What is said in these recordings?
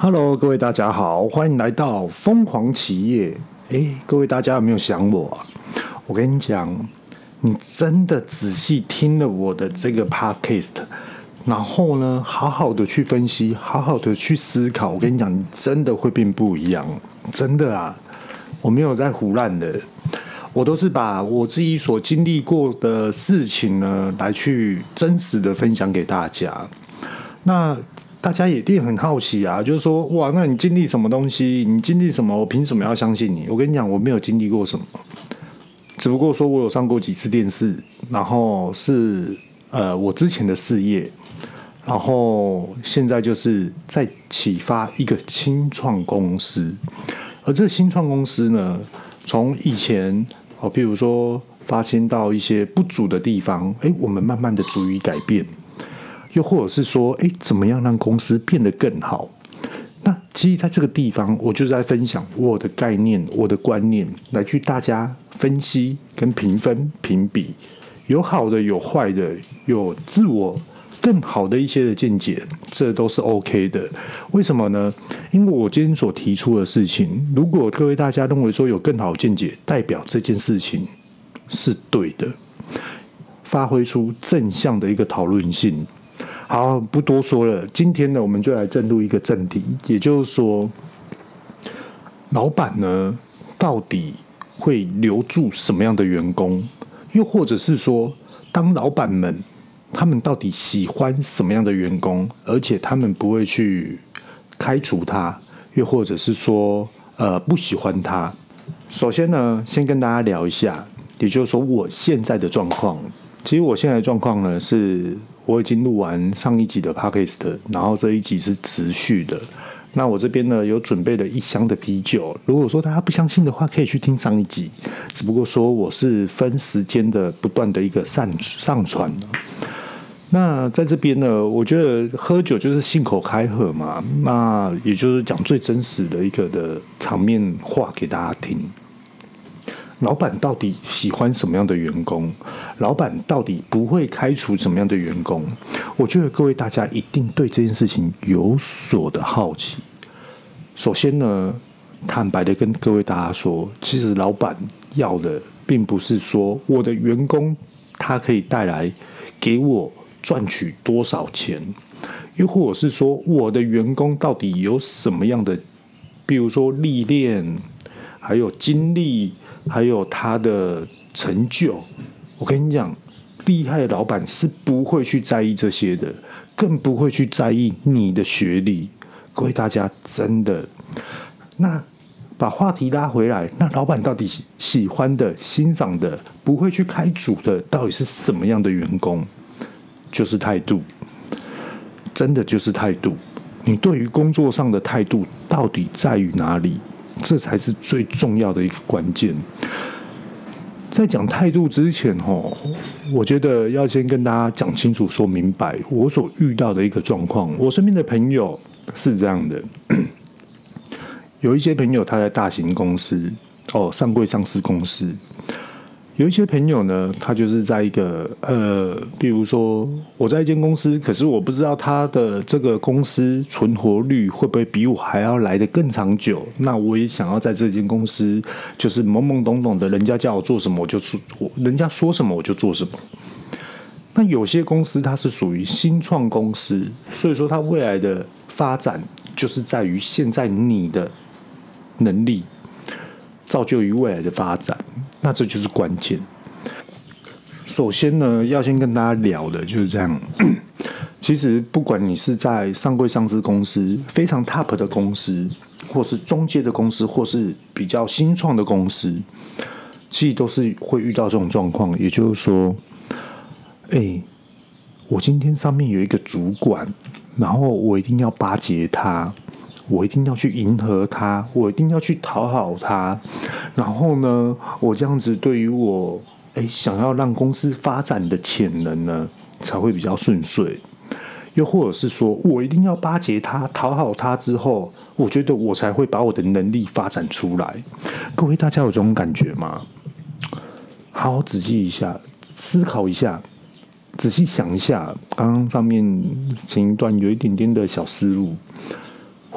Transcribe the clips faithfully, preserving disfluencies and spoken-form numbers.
Hello，各位大家好，欢迎来到疯狂企业。诶，各位大家有没有想我啊？我跟你讲，你真的仔细听了我的这个 podcast， 然后呢，好好的去分析，好好的去思考。我跟你讲，你真的会变不一样，真的啊！我没有在胡乱的，我都是把我自己所经历过的事情呢，来去真实的分享给大家。那大家也一定很好奇啊，就是说，哇，那你经历什么东西？你经历什么？我凭什么要相信你？我跟你讲，我没有经历过什么，只不过说我有上过几次电视，然后是呃我之前的事业，然后现在就是在启发一个新创公司，而这个新创公司呢，从以前哦，比如说发现到一些不足的地方，哎，我们慢慢的逐一改变。又或者是说，哎，怎么样让公司变得更好？那其实在这个地方，我就在分享我的概念、我的观念，来去大家分析跟评分、评比，有好的，有坏的，有自我更好的一些的见解，这都是 OK 的。为什么呢？因为我今天所提出的事情，如果各位大家认为说有更好的见解，代表这件事情是对的，发挥出正向的一个讨论性。好，不多说了。今天呢，我们就来进入一个正题，也就是说，老板呢，到底会留住什么样的员工？又或者是说，当老板们他们到底喜欢什么样的员工，而且他们不会去开除他，又或者是说，呃，不喜欢他。首先呢，先跟大家聊一下，也就是说，我现在的状况。其实我现在的状况呢是。我已经录完上一集的 podcast， 然后这一集是持续的。那我这边呢有准备了一箱的啤酒，如果说大家不相信的话，可以去听上一集。只不过说我是分时间的不断的一个上上传。那在这边呢，我觉得喝酒就是信口开河嘛，那也就是讲最真实的一个的场面话给大家听。老板到底喜欢什么样的员工？老板到底不会开除什么样的员工？我觉得各位大家一定对这件事情有所的好奇。首先呢，坦白的跟各位大家说，其实老板要的并不是说我的员工他可以带来给我赚取多少钱，又或者是说我的员工到底有什么样的，比如说历练，还有经历。还有他的成就，我跟你讲，厉害的老板是不会去在意这些的，更不会去在意你的学历。各位大家真的，那把话题拉回来，那老板到底喜欢的、欣赏的、不会去开除的，到底是什么样的员工？就是态度，真的就是态度。你对于工作上的态度到底在于哪里？这才是最重要的一个关键。在讲态度之前，我觉得要先跟大家讲清楚、说明白我所遇到的一个状况。我身边的朋友是这样的，有一些朋友他在大型公司，哦，上柜上市公司。有一些朋友呢，他就是在一个呃，比如说我在一间公司，可是我不知道他的这个公司存活率会不会比我还要来得更长久。那我也想要在这间公司，就是懵懵懂懂的，人家叫我做什么我就做，人家说什么我就做什么。那有些公司它是属于新创公司，所以说它未来的发展就是在于现在你的能力造就于未来的发展。那这就是关键。首先呢，要先跟大家聊的就是这样。其实不管你是在上柜上市公司、非常 top 的公司，或是中介的公司，或是比较新创的公司，其实都是会遇到这种状况。也就是说，哎，我今天上面有一个主管，然后我一定要巴结他。我一定要去迎合他，我一定要去讨好他，然后呢，我这样子对于我诶想要让公司发展的潜能呢，才会比较顺遂。又或者是说我一定要巴结他、讨好他之后，我觉得我才会把我的能力发展出来。各位大家有这种感觉吗？好好仔细一下，思考一下，仔细想一下，刚刚上面前一段有一点点的小思路。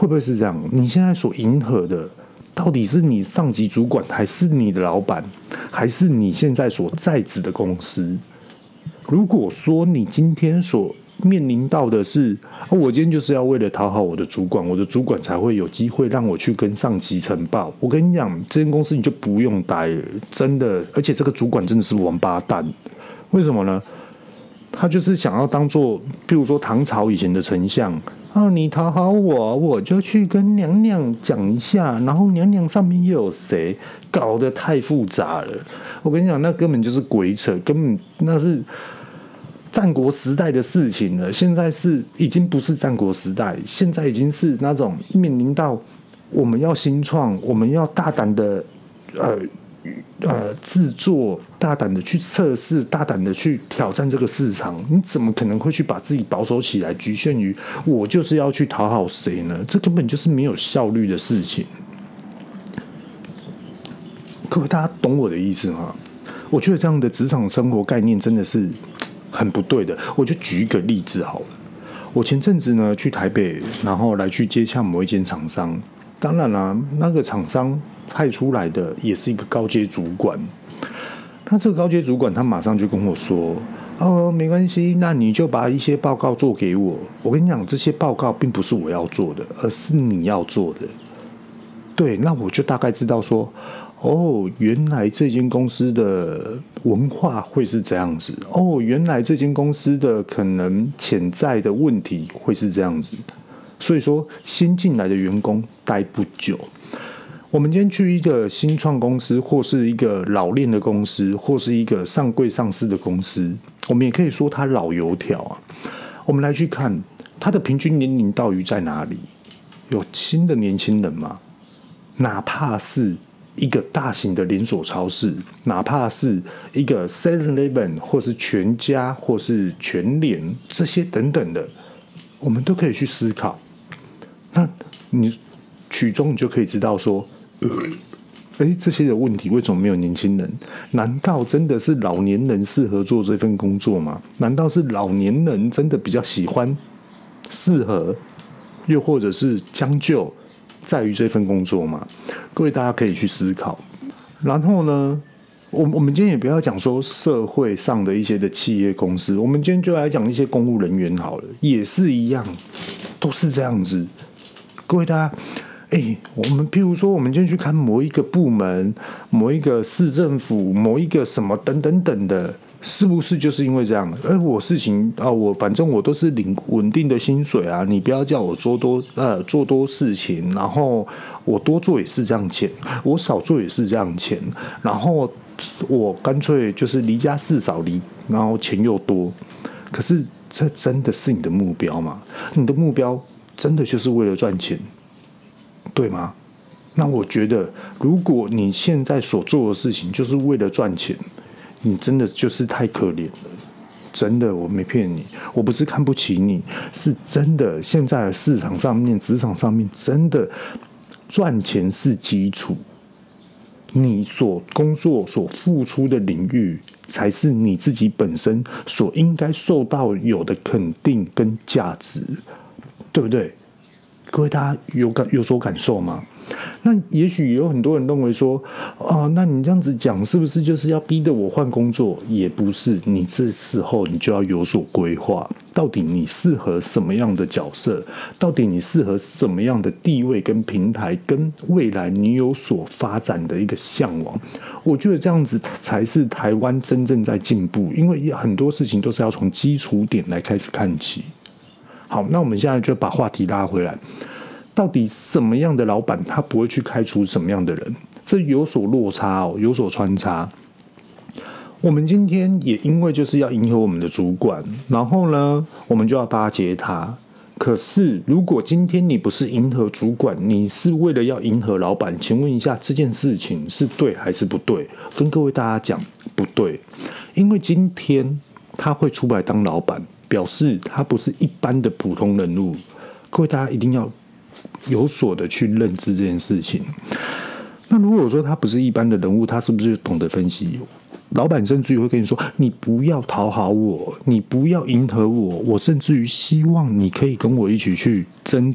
会不会是这样？你现在所迎合的，到底是你上级主管，还是你的老板，还是你现在所在职的公司？如果说你今天所面临到的是、哦、我今天就是要为了讨好我的主管，我的主管才会有机会让我去跟上级呈报。我跟你讲，这间公司你就不用待了，真的。而且这个主管真的是王八蛋，为什么呢？他就是想要当做，譬如说唐朝以前的丞相啊，你讨好我，我就去跟娘娘讲一下，然后娘娘上面又有谁，搞得太复杂了。我跟你讲，那根本就是鬼扯，根本那是战国时代的事情了。现在是已经不是战国时代，现在已经是那种面临到我们要新创，我们要大胆的呃。呃，制作大胆的去测试，大胆的去挑战这个市场，你怎么可能会去把自己保守起来，局限于我就是要去讨好谁呢？这根本就是没有效率的事情。各位大家懂我的意思吗？我觉得这样的职场生活概念真的是很不对的。我就举一个例子好了，我前阵子呢去台北，然后来去接洽某一间厂商，当然啦，那个厂商派出来的也是一个高阶主管，那这个高阶主管他马上就跟我说：“哦，没关系，那你就把一些报告做给我。我跟你讲，这些报告并不是我要做的，而是你要做的。”对，那我就大概知道说，哦，原来这间公司的文化会是这样子，哦，原来这间公司的可能潜在的问题会是这样子。所以说，新进来的员工待不久。我们今天去一个新创公司，或是一个老练的公司，或是一个上柜上市的公司，我们也可以说它老油条啊。我们来去看它的平均年龄到底在哪里？有新的年轻人吗？哪怕是一个大型的连锁超市，哪怕是一个 seven eleven 或是全家或是全联这些等等的，我们都可以去思考。那你曲中你就可以知道说，哎，这些的问题为什么没有年轻人？难道真的是老年人适合做这份工作吗？难道是老年人真的比较喜欢、适合，又或者是将就在于这份工作吗？各位大家可以去思考。然后呢，我我们今天也不要讲说社会上的一些的企业公司，我们今天就来讲一些公务人员好了，也是一样，都是这样子。各位大家。欸、我们譬如说，我们今天去看某一个部门、某一个市政府、某一个什么等等等的，是不是就是因为这样？而我事情啊，我反正我都是领稳定的薪水啊，你不要叫我做多呃做多事情，然后我多做也是这样钱，我少做也是这样钱，然后我干脆就是离家事少离，然后钱又多。可是这真的是你的目标吗？你的目标真的就是为了赚钱？对吗？那我觉得，如果你现在所做的事情就是为了赚钱，你真的就是太可怜了。真的，我没骗你，我不是看不起你，是真的。现在的市场上面、职场上面，真的赚钱是基础，你所工作所付出的领域，才是你自己本身所应该受到有的肯定跟价值，对不对？各位大家有感有所感受吗？那也许有很多人认为说，哦，那你这样子讲是不是就是要逼着我换工作？也不是，你这时候你就要有所规划，到底你适合什么样的角色？到底你适合什么样的地位跟平台，跟未来你有所发展的一个向往？我觉得这样子才是台湾真正在进步，因为很多事情都是要从基础点来开始看起。好，那我们现在就把话题拉回来，到底什么样的老板他不会去开除什么样的人？这有所落差哦，有所穿插。我们今天也因为就是要迎合我们的主管，然后呢，我们就要巴结他。可是如果今天你不是迎合主管，你是为了要迎合老板，请问一下这件事情是对还是不对？跟各位大家讲，不对，因为今天他会出来当老板，表示他不是一般的普通人物。各位大家一定要有所的去认知这件事情。那如果说他不是一般的人物，他是不是懂得分析？老板甚至于会跟你说，你不要讨好我，你不要迎合我，我甚至于希望你可以跟我一起去争执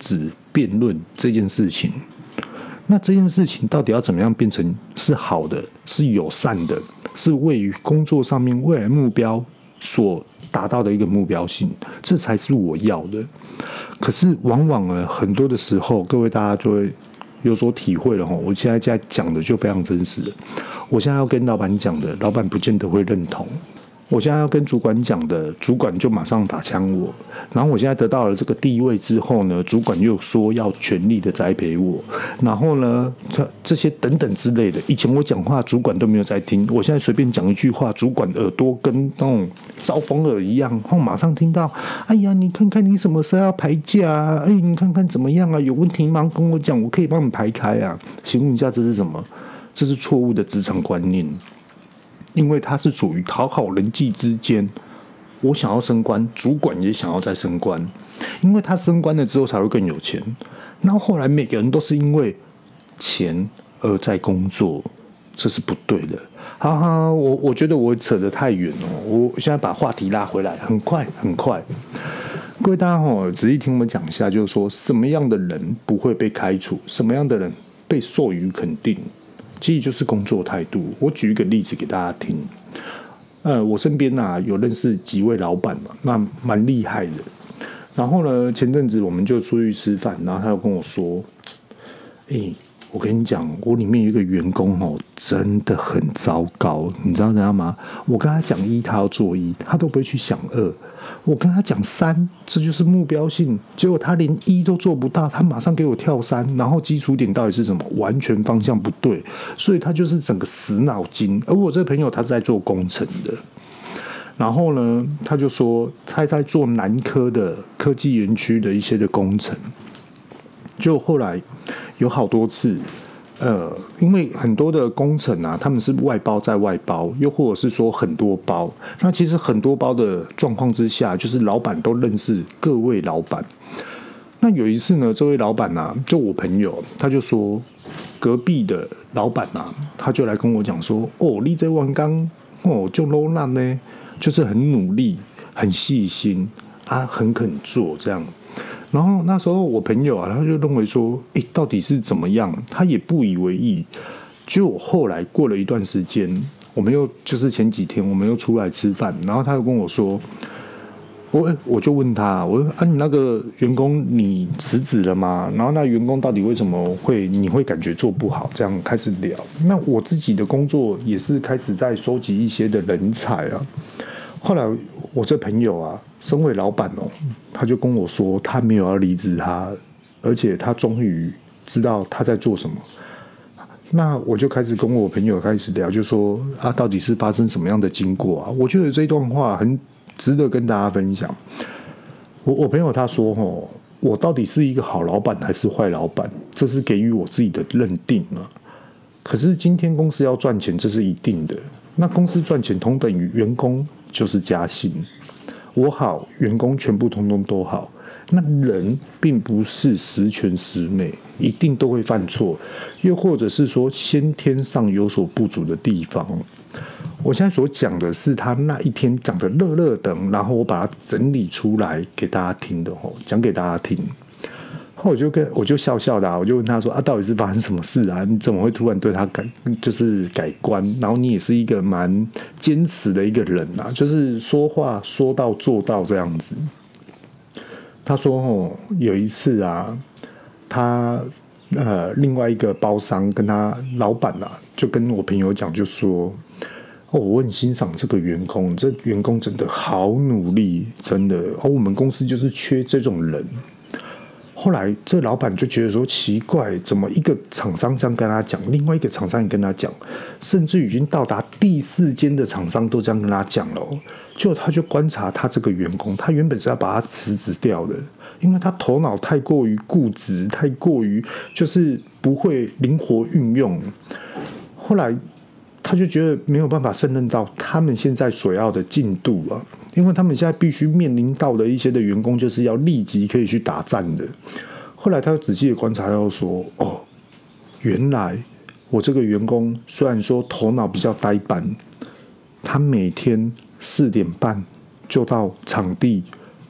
辩论这件事情。那这件事情到底要怎么样变成是好的、是友善的、是位于工作上面未来目标所达到的一个目标性，这才是我要的。可是往往呢，很多的时候，各位大家就会有所体会了哈。我现在在讲的就非常真实了。我现在要跟老板讲的，老板不见得会认同。我现在要跟主管讲的，主管就马上打枪我。然后我现在得到了这个地位之后呢，主管又说要全力的栽培我。然后呢，这些等等之类的，以前我讲话主管都没有在听，我现在随便讲一句话，主管耳朵跟那种招风耳一样，然后马上听到，哎呀，你看看你什么时候要排假啊？哎，你看看怎么样啊？有问题吗？跟我讲，我可以帮你排开啊。请问一下，这是什么？这是错误的职场观念。因为它是属于讨好人际之间，我想要升官，主管也想要再升官，因为他升官了之后才会更有钱。然后后来每个人都是因为钱而在工作，这是不对的。哈哈，我我觉得我扯得太远了，我现在把话题拉回来，很快很快。各位大家吼，仔细听我们讲一下，就是说什么样的人不会被开除，什么样的人被授予肯定。其实就是工作态度。我举一个例子给大家听。呃，我身边啊有认识几位老板嘛，那蛮厉害的。然后呢，前阵子我们就出去吃饭，然后他就跟我说：“哎、欸，我跟你讲，我里面有一个员工哦，真的很糟糕，你知道怎样吗？我跟他讲一，他要做一，他都不会去想二。我跟他讲三，这就是目标性，结果他连一都做不到，他马上给我跳三，然后基础点到底是什么？完全方向不对，所以他就是整个死脑筋。而我这个朋友他是在做工程的，然后呢，他就说他在做南科的科技园区的一些的工程，就后来有好多次。呃，因为很多的工程啊，他们是外包在外包，又或者是说很多包。那其实很多包的状况之下，就是老板都认识各位老板。那有一次呢，这位老板啊，就我朋友，他就说隔壁的老板啊，他就来跟我讲说：“哦，你这王刚哦，就 low 烂呢，就是很努力、很细心啊，很肯做这样。”然后那时候我朋友啊，他就认为说，诶，到底是怎么样？他也不以为意。就后来过了一段时间，我们又就是前几天我们又出来吃饭，然后他又跟我说，我我就问他，我说啊，你那个员工你辞职了吗？然后那员工到底为什么会你会感觉做不好？这样开始聊。那我自己的工作也是开始在收集一些的人才啊。后来我这朋友啊，身为老板哦，他就跟我说，他没有要离职他，而且他终于知道他在做什么。那我就开始跟我朋友开始聊，就说啊，到底是发生什么样的经过啊？我觉得这段话很值得跟大家分享。我我朋友他说哦，我到底是一个好老板还是坏老板，这是给予我自己的认定啊。可是今天公司要赚钱，这是一定的。那公司赚钱同等于员工就是加薪，我好，员工全部通通都好。那人并不是十全十美，一定都会犯错，又或者是说先天上有所不足的地方。我现在所讲的是他那一天讲的热热等，然后我把它整理出来给大家听的哦，讲给大家听。后我就跟我就笑笑的、啊，我就问他说啊，到底是发生什么事啊？你怎么会突然对他改就是改观？然后你也是一个蛮坚持的一个人啊，就是说话说到做到这样子。他说哦，有一次啊，他呃另外一个包商跟他老板啊，就跟我朋友讲，就说哦，我很欣赏这个员工，这员工真的好努力，真的哦，我们公司就是缺这种人。后来这老板就觉得说奇怪，怎么一个厂商这样跟他讲，另外一个厂商也跟他讲，甚至已经到达第四间的厂商都这样跟他讲了、哦。就他就观察他这个员工，他原本是要把他辞职掉的，因为他头脑太过于固执，太过于就是不会灵活运用。后来他就觉得没有办法胜任到他们现在所要的进度啊。因为他们现在必须面临到的一些的员工，就是要立即可以去打战的。后来他仔细的观察到说，哦，原来我这个员工虽然说头脑比较呆板，他每天四点半就到场地，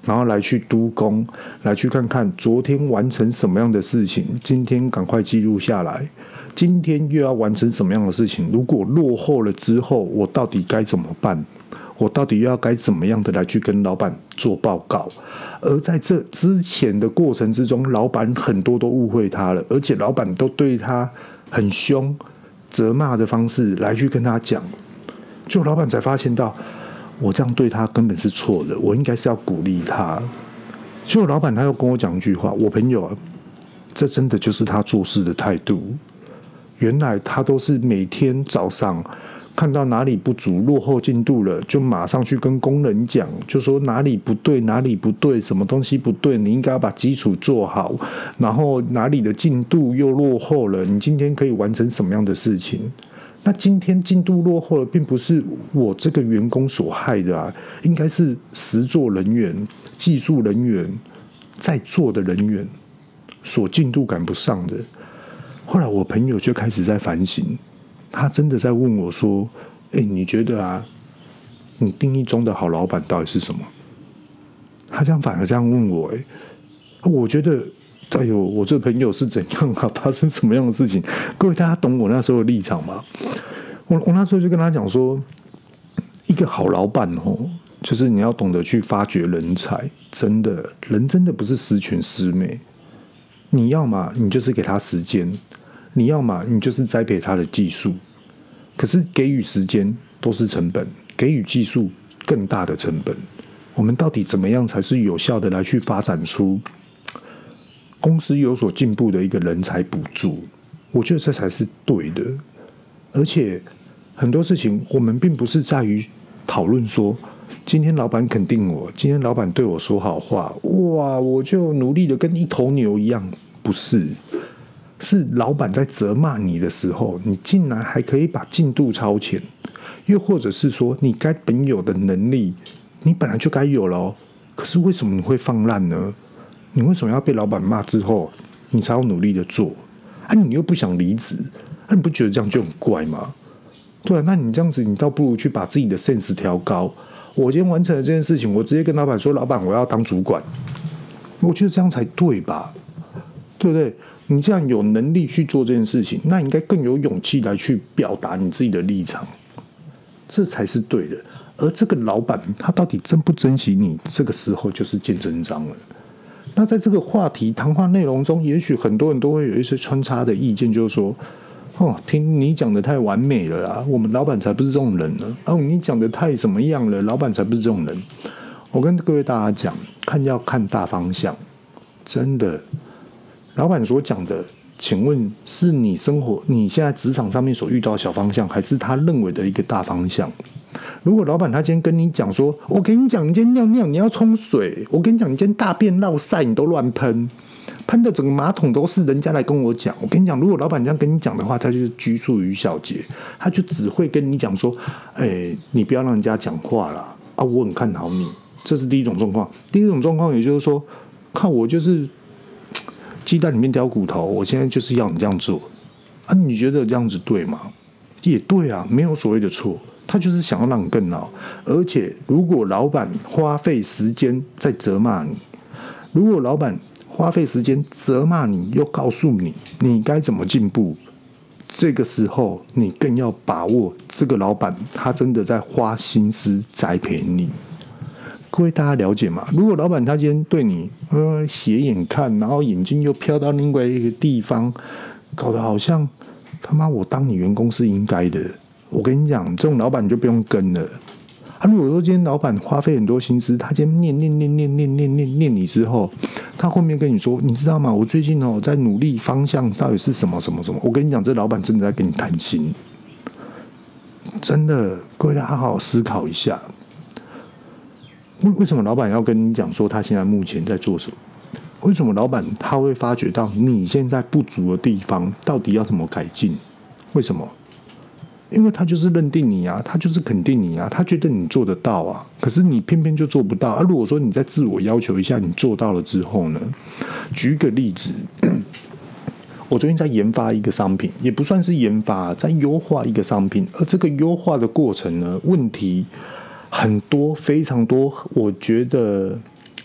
然后来去督工，来去看看昨天完成什么样的事情，今天赶快记录下来，今天又要完成什么样的事情，如果落后了之后我到底该怎么办，我到底要该怎么样的来去跟老板做报告。而在这之前的过程之中，老板很多都误会他了，而且老板都对他很凶，责骂的方式来去跟他讲，就老板才发现到我这样对他根本是错的，我应该是要鼓励他。结果老板他又跟我讲一句话，我朋友啊，这真的就是他做事的态度。原来他都是每天早上看到哪里不足，落后进度了，就马上去跟工人讲，就说哪里不对，哪里不对，什么东西不对，你应该要把基础做好，然后哪里的进度又落后了，你今天可以完成什么样的事情。那今天进度落后了，并不是我这个员工所害的啊，应该是实作人员、技术人员在做的人员所进度赶不上的。后来我朋友就开始在反省，他真的在问我说：“哎，你觉得啊，你定义中的好老板到底是什么？”他这样反而这样问我，哎，我觉得，哎呦，我这朋友是怎样啊？发生什么样的事情？各位大家懂我那时候的立场吗？我我那时候就跟他讲说，一个好老板哦，就是你要懂得去发掘人才，真的，人真的不是十全十美。你要嘛，你就是给他时间。你要嘛，你就是栽培他的技术，可是给予时间都是成本，给予技术更大的成本。我们到底怎么样才是有效的来去发展出公司有所进步的一个人才补助？我觉得这才是对的。而且很多事情我们并不是在于讨论说，今天老板肯定我，今天老板对我说好话，哇，我就努力的跟一头牛一样，不是。是老板在责骂你的时候，你竟然还可以把进度超前，又或者是说你该本有的能力，你本来就该有了哦，可是为什么你会放烂呢？你为什么要被老板骂之后，你才要努力的做？啊，你又不想离职，啊，你不觉得这样就很怪吗？对啊，那你这样子，你倒不如去把自己的 sense 调高。我今天完成了这件事情，我直接跟老板说，老板，我要当主管。我觉得这样才对吧？对不对？你这样有能力去做这件事情，那你应该更有勇气来去表达你自己的立场，这才是对的。而这个老板他到底珍不珍惜你，这个时候就是见真章了。那在这个话题谈话内容中，也许很多人都会有一些穿插的意见，就是说，哦，听你讲的太完美了啦，我们老板才不是这种人呢。哦，你讲的太怎么样了，老板才不是这种人。我跟各位大家讲，看要看大方向，真的。老板所讲的，请问是你生活你现在职场上面所遇到的小方向，还是他认为的一个大方向？如果老板他今天跟你讲说，我跟你讲，你今天尿尿你要冲水，我跟你讲，你今天大便落晒你都乱喷，喷的整个马桶都是，人家来跟我讲。我跟你讲，如果老板这样跟你讲的话，他就是拘束于小节，他就只会跟你讲说，哎，你不要让人家讲话啦，啊，我很看好你。这是第一种状况。第一种状况，也就是说，看我就是鸡蛋里面挑骨头，我现在就是要你这样做啊！你觉得这样子对吗？也对啊，没有所谓的错，他就是想要让你更好。而且，如果老板花费时间在责骂你，如果老板花费时间责骂你，又告诉你你该怎么进步，这个时候你更要把握这个老板他真的在花心思栽培你。各位大家了解吗？如果老板他今天对你呃斜眼看，然后眼睛又飘到另外一个地方，搞得好像他妈我当你员工是应该的，我跟你讲，这种老板你就不用跟了。啊，如果说今天老板花费很多心思，他今天念念念念念念念念你之后，他后面跟你说，你知道吗？我最近哦在努力，方向到底是什么什么什么？我跟你讲，这老板真的在跟你谈心，真的，各位大家好好思考一下。为什么老板要跟你讲说他现在目前在做什么？为什么老板他会发觉到你现在不足的地方到底要怎么改进？为什么？因为他就是认定你啊，他就是肯定你啊，他觉得你做得到啊，可是你偏偏就做不到啊。如果说你再自我要求一下，你做到了之后呢？举个例子，我最近在研发一个商品，也不算是研发，在优化一个商品，而这个优化的过程呢，问题很多，非常多，我觉得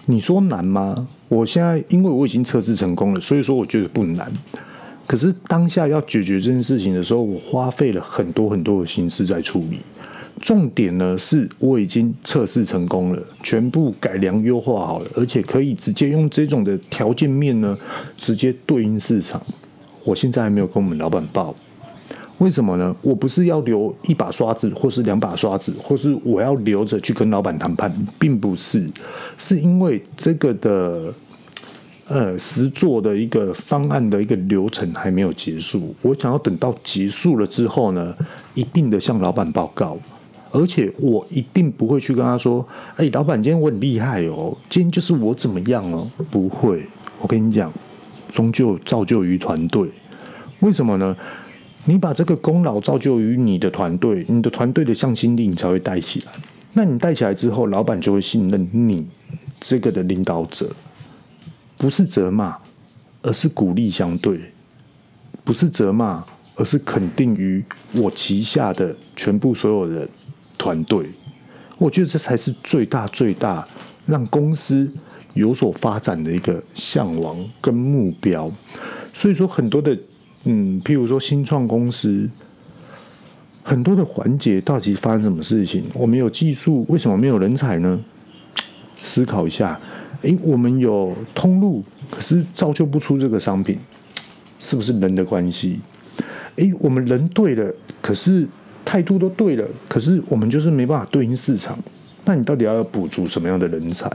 你说难吗？我现在因为我已经测试成功了，所以说我觉得不难。可是当下要解决这件事情的时候，我花费了很多很多的心思在处理。重点呢是我已经测试成功了，全部改良优化好了，而且可以直接用这种的条件面呢，直接对应市场。我现在还没有跟我们老板报，为什么呢？我不是要留一把刷子，或是两把刷子，或是我要留着去跟老板谈判，并不是，是因为这个的。呃，实作的一个方案的一个流程还没有结束，我想要等到结束了之后呢，一定的向老板报告，而且我一定不会去跟他说，哎、欸，老板，今天我很厉害哦，今天就是我怎么样哦，不会，我跟你讲，终究造就于团队，为什么呢？你把这个功劳造就于你的团队，你的团队的向心力你才会带起来，那你带起来之后，老板就会信任你这个的领导者。不是责骂，而是鼓励相对；不是责骂，而是肯定于我旗下的全部所有的团队。我觉得这才是最大最大让公司有所发展的一个向往跟目标。所以说，很多的嗯，譬如说新创公司，很多的环节到底发生什么事情？我们有技术，为什么没有人才呢？思考一下。诶，我们有通路，可是造就不出这个商品，是不是人的关系？诶，我们人对了，可是态度都对了，可是我们就是没办法对应市场。那你到底要补足什么样的人才？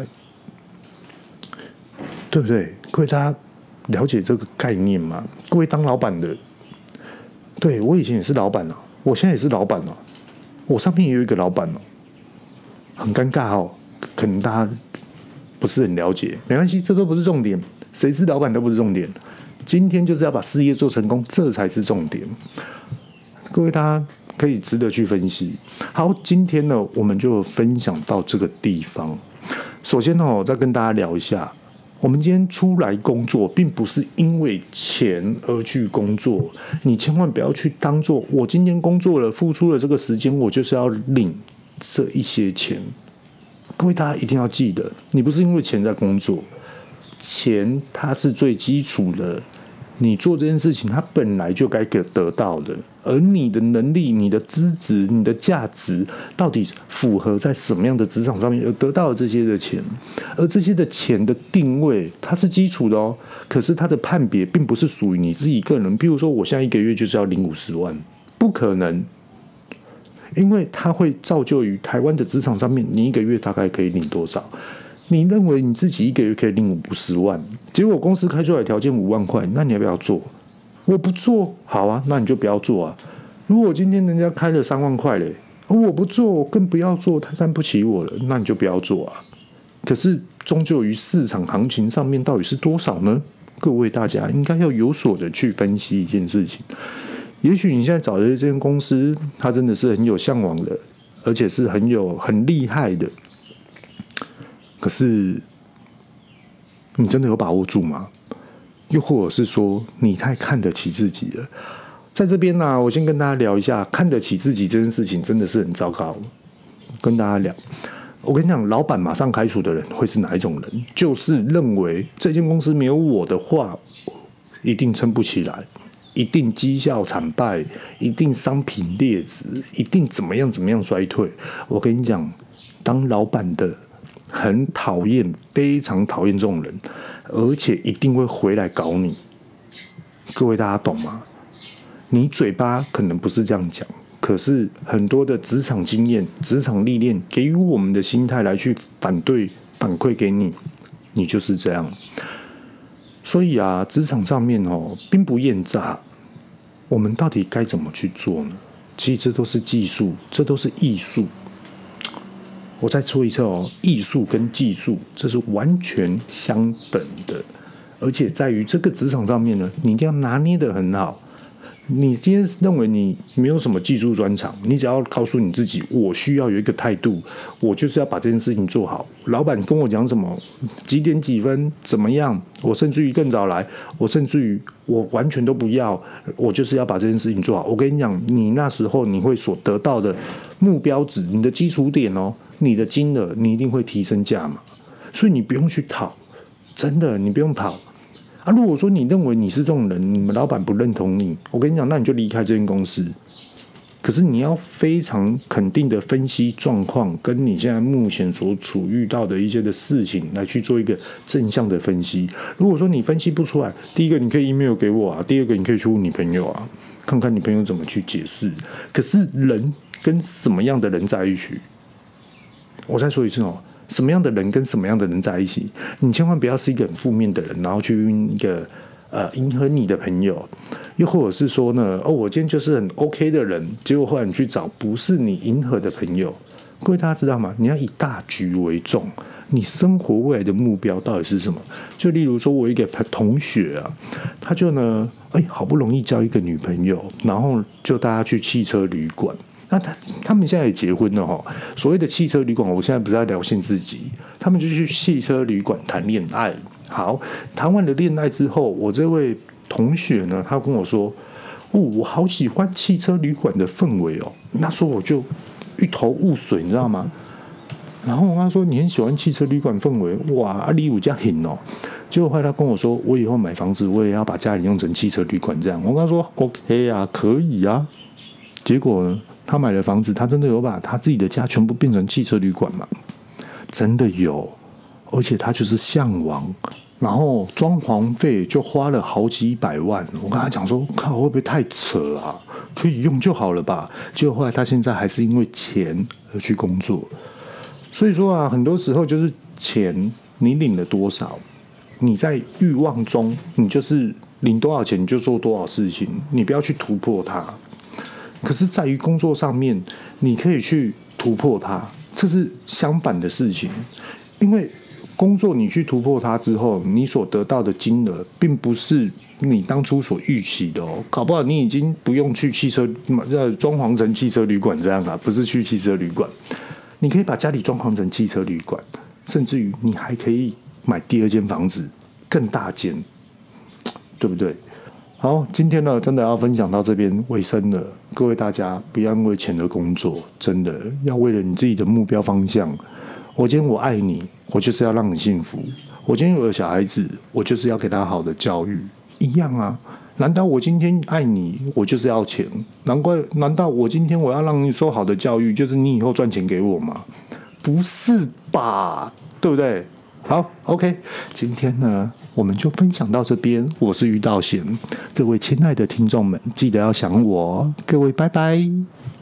对不对？各位大家了解这个概念吗？各位当老板的，对，我以前也是老板啊，我现在也是老板啊，我上面也有一个老板哦，很尴尬哦，可能大家不是很了解，没关系，这都不是重点，谁是老板都不是重点。今天就是要把事业做成功，这才是重点。各位大家可以值得去分析。好，今天呢，我们就分享到这个地方。首先呢，我再跟大家聊一下，我们今天出来工作，并不是因为钱而去工作。你千万不要去当做我今天工作了，付出了这个时间，我就是要领这一些钱。各位大家一定要记得，你不是因为钱在工作，钱它是最基础的，你做这件事情它本来就该得到的，而你的能力、你的资质、你的价值到底符合在什么样的职场上面而得到了这些的钱，而这些的钱的定位它是基础的哦，可是它的判别并不是属于你自己个人。比如说我现在一个月就是要领五十万，不可能，因为它会造就于台湾的职场上面，你一个月大概可以领多少？你认为你自己一个月可以领五十万，结果公司开出来条件五万块，那你要不要做？我不做，好啊，那你就不要做啊。如果今天人家开了三万块嘞，我不做，我更不要做，他看不起我了，那你就不要做啊。可是终究于市场行情上面到底是多少呢？各位大家应该要有所的去分析一件事情。也许你现在找的这间公司，它真的是很有向往的，而且是很有很厉害的。可是，你真的有把握住吗？又或者是说，你太看得起自己了？在这边呢、啊，我先跟大家聊一下，看得起自己这件事情真的是很糟糕。跟大家聊，我跟你讲，老板马上开除的人会是哪一种人？就是认为这间公司没有我的话，一定撑不起来。一定绩效惨败，一定商品劣质，一定怎么样怎么样衰退。我跟你讲，当老板的很讨厌，非常讨厌这种人，而且一定会回来搞你。各位大家懂吗？你嘴巴可能不是这样讲，可是很多的职场经验、职场历练给予我们的心态来去反对反馈给你，你就是这样。所以啊，职场上面哦，兵不厌诈，我们到底该怎么去做呢？其实这都是技术，这都是艺术。我再说一次哦，艺术跟技术这是完全相等的，而且在于这个职场上面呢，你一定要拿捏得很好。你今天认为你没有什么技术专长，你只要告诉你自己，我需要有一个态度，我就是要把这件事情做好。老板跟我讲什么，几点几分怎么样，我甚至于更早来，我甚至于我完全都不要，我就是要把这件事情做好。我跟你讲，你那时候你会所得到的目标值，你的基础点哦，你的金额，你一定会提升价码。 所以你不用去讨，真的你不用讨啊。如果说你认为你是这种人，你们老板不认同你，我跟你讲，那你就离开这间公司。可是你要非常肯定的分析状况，跟你现在目前所处遇到的一些的事情来去做一个正向的分析。如果说你分析不出来，第一个你可以 email 给我啊，第二个你可以去问你朋友啊，看看你朋友怎么去解释。可是人跟什么样的人在一起？我再说一次哦，什么样的人跟什么样的人在一起？你千万不要是一个很负面的人，然后去一个呃迎合你的朋友。又或者是说呢，哦，我今天就是很 OK 的人，结果后来你去找不是你迎合的朋友。各位大家知道吗？你要以大局为重，你生活未来的目标到底是什么？就例如说，我一个同学啊，他就呢，哎，好不容易交一个女朋友，然后就大家去汽车旅馆。那他他们现在也结婚了哈。所谓的汽车旅馆，我现在不是在聊限制级，他们就去汽车旅馆谈恋爱。好，谈完了恋爱之后，我这位同学呢，他跟我说：“哦，我好喜欢汽车旅馆的氛围哦。”那时候我就一头雾水，你知道吗？然后我跟他说：“你很喜欢汽车旅馆氛围，哇，阿里有这样狠哦。”结果后来他跟我说：“我以后买房子，我也要把家里用成汽车旅馆这样。”我跟他说 ：“OK 啊，可以啊。”结果呢，他买了房子，他真的有把他自己的家全部变成汽车旅馆吗？真的有，而且他就是向往。然后装潢费就花了好几百万，我跟他讲说，靠，会不会太扯啊？可以用就好了吧？结果后来他现在还是因为钱而去工作。所以说啊，很多时候就是钱你领了多少，你在欲望中，你就是领多少钱你就做多少事情，你不要去突破它。可是在于工作上面，你可以去突破它，这是相反的事情，因为工作你去突破它之后，你所得到的金额并不是你当初所预期的哦。搞不好你已经不用去汽车呃装潢成汽车旅馆这样啦，不是去汽车旅馆，你可以把家里装潢成汽车旅馆，甚至于你还可以买第二间房子，更大间，对不对？好，今天呢，真的要分享到这边尾声了。各位大家不要因为钱而工作，真的要为了你自己的目标方向。我今天我爱你，我就是要让你幸福。我今天有了小孩子，我就是要给他好的教育，一样啊。难道我今天爱你，我就是要钱？难怪？难道我今天我要让你受好的教育，就是你以后赚钱给我吗？不是吧？对不对？好 ，OK， 今天呢，我们就分享到这边。我是于道贤，各位亲爱的听众们，记得要想我哦。各位，拜拜。